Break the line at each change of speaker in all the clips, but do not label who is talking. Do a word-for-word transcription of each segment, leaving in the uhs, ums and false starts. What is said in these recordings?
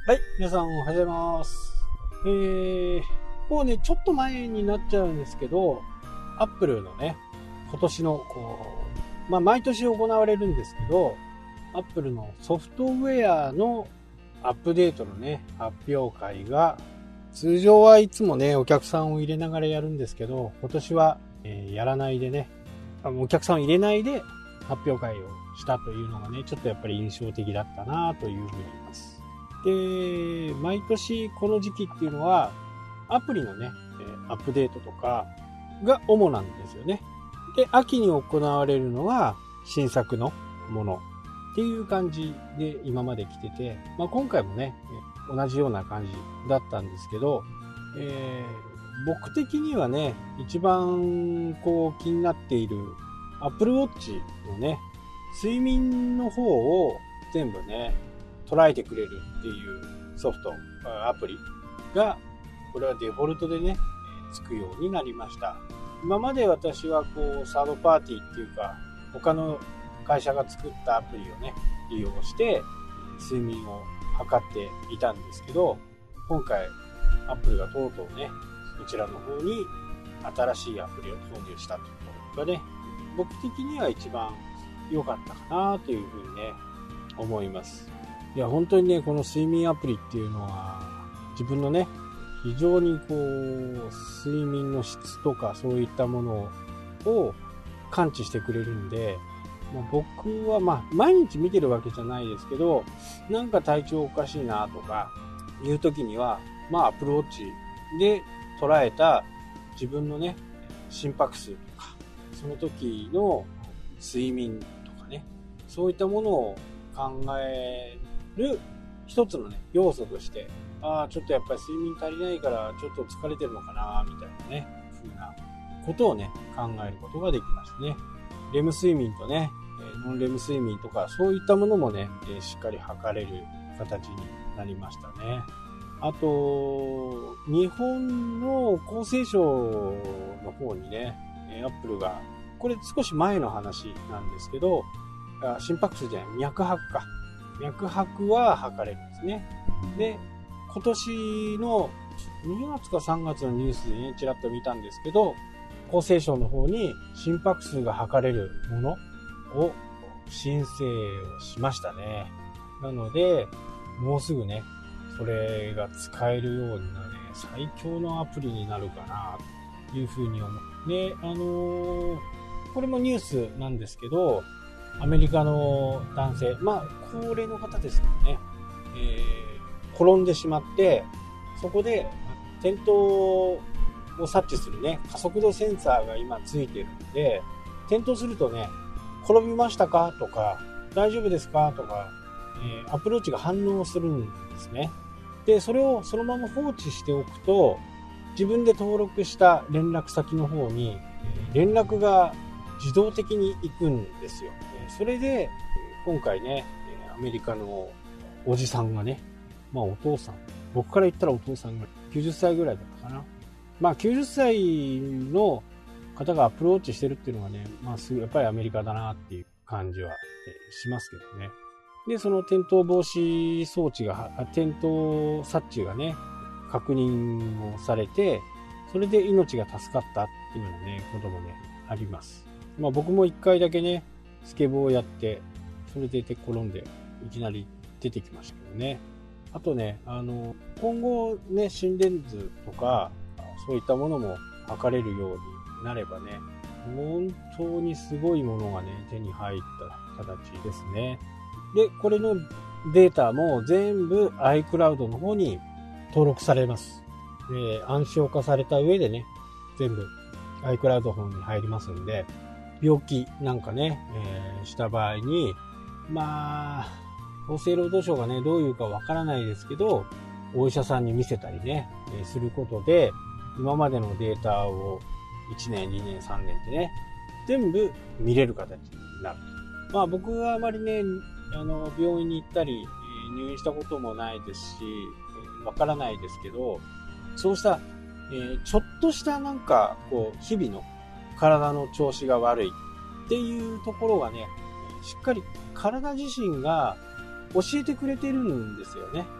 はい、皆さんおはようございます。えー、もうね、ちょっと前になっちゃうんですけど、アップルのね、今年の、こう、まあ、毎年行われるんですけど、アップルのソフトウェアのアップデートのね、発表会が、通常はいつもね、お客さんを入れながらやるんですけど、今年は、えー、やらないでね、お客さんを入れないで発表会をしたというのがね、ちょっとやっぱり印象的だったなというふうに思います。で、毎年この時期っていうのは、アプリのね、アップデートとかが主なんですよね。で、秋に行われるのは新作のものっていう感じで今まで来てて、まあ、今回もね、同じような感じだったんですけど、えー、僕的にはね、一番こう気になっている Apple Watch のね、睡眠の方を全部ね、捉えてくれるっていうソフト、アプリが、これはデフォルトでね、つくようになりました。今まで私はこう、サードパーティーっていうか、他の会社が作ったアプリをね、利用して、睡眠を測っていたんですけど、今回、アップルがとうとうね、こちらの方に新しいアプリを投入したというのがね、僕的には一番良かったかなというふうにね、思います。いや、本当にね、この睡眠アプリっていうのは、自分のね、非常にこう、睡眠の質とかそういったものを感知してくれるんで、まあ、僕はまあ、毎日見てるわけじゃないですけど、なんか体調おかしいなとかいう時には、まあ、Apple Watchで捉えた自分のね、心拍数とか、その時の睡眠とかね、そういったものを考える一つのね、要素として、ああ、ちょっとやっぱり睡眠足りないからちょっと疲れてるのかな、みたいなね、ふうなことをね、考えることができますね。レム睡眠とね、ノンレム睡眠とか、そういったものもね、しっかり測れる形になりましたね。あと、日本の厚生省の方にね、アップルが、これ少し前の話なんですけど、心拍数じゃない、脈拍か。脈拍は測れるんですね。で、今年のにがつかさんがつのニュースでね、ちらっと見たんですけど、厚生省の方に心拍数が測れるものを申請をしましたね。なので、もうすぐね、それが使えるようになる、ね、最強のアプリになるかな、というふうに思う。で、あのー、これもニュースなんですけど、アメリカの男性、まあ、高齢の方ですけどね、えー、転んでしまって、そこで転倒を察知するね、加速度センサーが今ついてるので、転倒するとね、転びましたかとか、大丈夫ですかとか、えー、アプローチが反応するんですね。で、それをそのまま放置しておくと、自分で登録した連絡先の方に、連絡が自動的に行くんですよ。それで、今回ね、アメリカのおじさんがね、まあお父さん、僕から言ったらお父さんがきゅうじゅっさいぐらいだったかな。まあきゅうじゅっさいの方がアプローチしてるっていうのがね、まあやっぱりアメリカだなっていう感じはしますけどね。で、その転倒防止装置が、転倒察知がね、確認をされて、それで命が助かったっていうようなね、こともね、あります。まあ僕も一回だけね、スケボーをやって、それで手転んで、いきなり出てきましたけどね。あとね、あの、今後ね、心電図とか、そういったものも測れるようになればね、本当にすごいものがね、手に入った形ですね。で、これのデータも全部 iCloud の方に登録されます。で、暗証化された上でね、全部 iCloud の方に入りますんで、病気なんかね、えー、した場合に、まあ、厚生労働省がね、どういうかわからないですけど、お医者さんに見せたりね、えー、することで、今までのデータをいちねん、にねん、さんねんってね、全部見れる形になる。まあ僕はあまりね、あの、病院に行ったり、入院したこともないですし、わからないですけど、そうした、えー、ちょっとしたなんか、こう、日々の体の調子が悪いっていうところがね、しっかり体自身が教えてくれてるんですよね。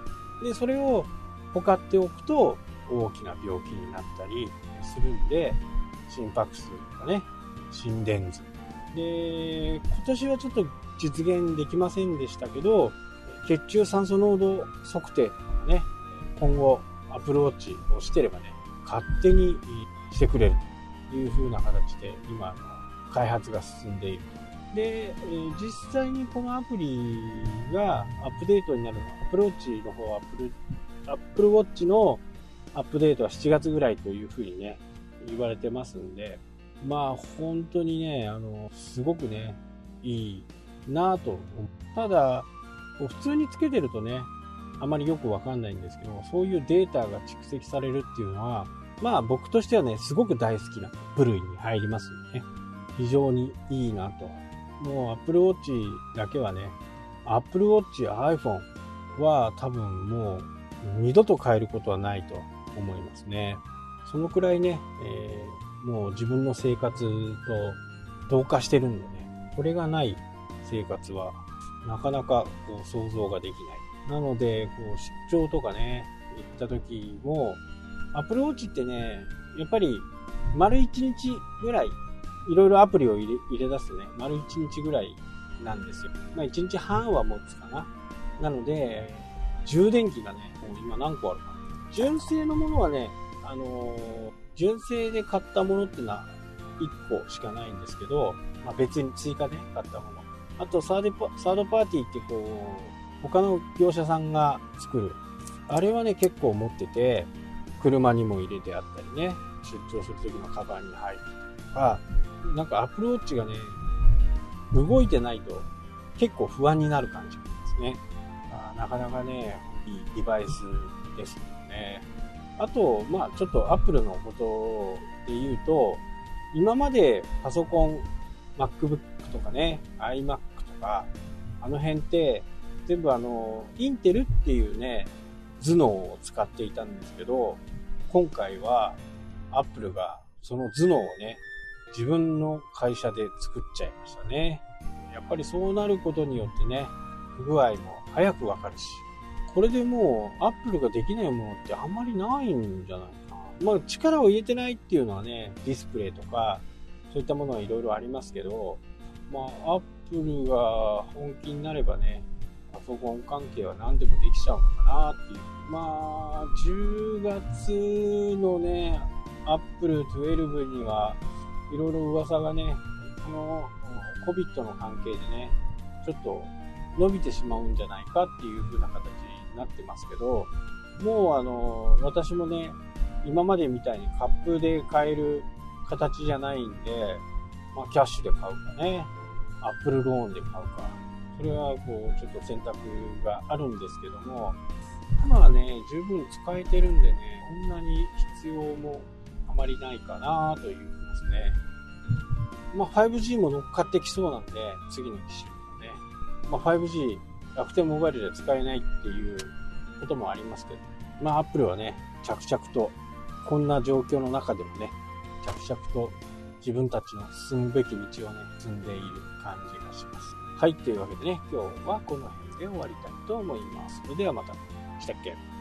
で、それをほかっておくと大きな病気になったりするんで、心拍数とかね、心電図。で、今年はちょっと実現できませんでしたけど、血中酸素濃度測定とかもね、今後アプローチをしてればね、勝手にしてくれるという風な形で今の開発が進んでいる。で、実際にこのアプリがアップデートになるのは、アプローチの方はアップル、アップルウォッチのアップデートはしちがつぐらいという風にね、言われてますんで、まあ本当にね、あの、すごくね、いいなぁと。ただ、普通につけてるとね、あまりよくわかんないんですけど、そういうデータが蓄積されるっていうのは、まあ僕としてはね、すごく大好きな部類に入りますんでね。非常にいいなと。もう Apple Watch だけはね、Apple Watch、iPhone は多分もう二度と変えることはないと思いますね。そのくらいね、えー、もう自分の生活と同化してるんでね、これがない生活はなかなかこう想像ができない。なので、こう出張とかね、行った時も、Apple Watch ってね、やっぱり丸一日ぐらい、いろいろアプリを入れ、入れ出すとね、丸一日ぐらいなんですよ。まあ一日半は持つかな。なので、充電器がね、もう今何個あるかな。純正のものはね、あのー、純正で買ったものってのはいっこしかないんですけど、まあ別に追加で買ったもの。あとサードパ、サードパーティーってこう、他の業者さんが作る。あれはね、結構持ってて、車にも入れてあったりね、出張する時のカバンに入るとか、なんかアプローチがね、動いてないと結構不安になる感じですね。あ、なかなかね、いいデバイスですよね。あと、まあちょっとアップルのことで言うと、今までパソコン、MacBook とかね、iMac とか、あの辺って全部あの、インテルっていうね、頭脳を使っていたんですけど、今回はアップルがその頭脳をね、自分の会社で作っちゃいましたね。やっぱりそうなることによってね、不具合も早くわかるし、これでもうアップルができないものってあんまりないんじゃないかな。まあ力を入れてないっていうのはね、ディスプレイとか、そういったものはいろいろありますけど、まあアップルが本気になればね、パソコン関係は何でもできちゃうのかなっていう。まあ、じゅうがつのね、アップルじゅうににはいろいろ噂がね、この コビッド の関係でね、ちょっと伸びてしまうんじゃないかっていう風な形になってますけど、もうあの、私もね、今までみたいにカップで買える形じゃないんで、まあキャッシュで買うかね、アップルローンで買うか、それはこうちょっと選択があるんですけども、今はね、十分使えてるんでね、こんなに必要もあまりないかなというふうですね。まあ ファイブジー も乗っかってきそうなんで、次の機種はね。まあ ファイブジー 楽天モバイルでは使えないっていうこともありますけど、まあ Apple はね、着々と、こんな状況の中でもね、着々と自分たちの進むべき道をね、進んでいる感じがします。はい、というわけでね、今日はこの辺で終わりたいと思います。それではまた。したっけ？